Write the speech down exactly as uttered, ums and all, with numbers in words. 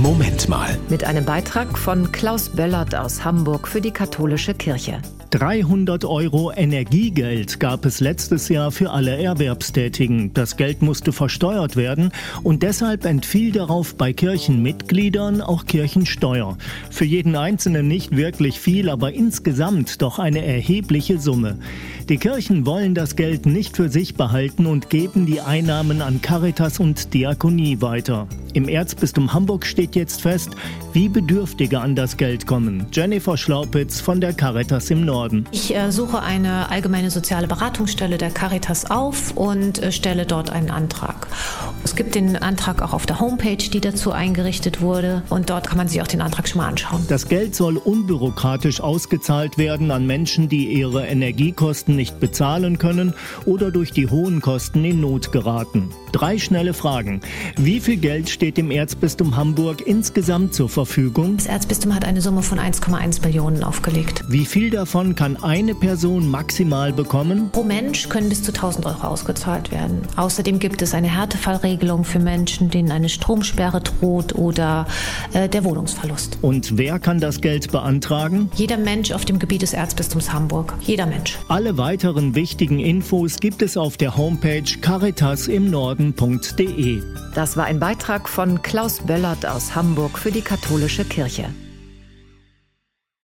Moment mal. Mit einem Beitrag von Klaus Böllert aus Hamburg für die katholische Kirche. dreihundert Euro Energiegeld gab es letztes Jahr für alle Erwerbstätigen. Das Geld musste versteuert werden und deshalb entfiel darauf bei Kirchenmitgliedern auch Kirchensteuer. Für jeden Einzelnen nicht wirklich viel, aber insgesamt doch eine erhebliche Summe. Die Kirchen wollen das Geld nicht für sich behalten und geben die Einnahmen an Caritas und Diakonie weiter. Im Erzbistum Hamburg steht jetzt fest, wie Bedürftige an das Geld kommen. Jennifer Schlaupitz von der Caritas im Norden. Ich äh, suche eine allgemeine soziale Beratungsstelle der Caritas auf und äh, stelle dort einen Antrag. Es gibt den Antrag auch auf der Homepage, die dazu eingerichtet wurde, und dort kann man sich auch den Antrag schon mal anschauen. Das Geld soll unbürokratisch ausgezahlt werden an Menschen, die ihre Energiekosten nicht bezahlen können oder durch die hohen Kosten in Not geraten. Drei schnelle Fragen. Wie viel Geld steht dem Erzbistum Hamburg insgesamt zur Verfügung? Das Erzbistum hat eine Summe von eins Komma eins Millionen aufgelegt. Wie viel davon kann eine Person maximal bekommen? Pro Mensch können bis zu tausend Euro ausgezahlt werden. Außerdem gibt es eine Härtefallregelung für Menschen, denen eine Stromsperre droht oder äh, der Wohnungsverlust. Und wer kann das Geld beantragen? Jeder Mensch auf dem Gebiet des Erzbistums Hamburg. Jeder Mensch. Alle weiteren wichtigen Infos gibt es auf der Homepage caritas im Norden punkt de. Das war ein Beitrag von Klaus Böllert aus Hamburg für die katholische Kirche.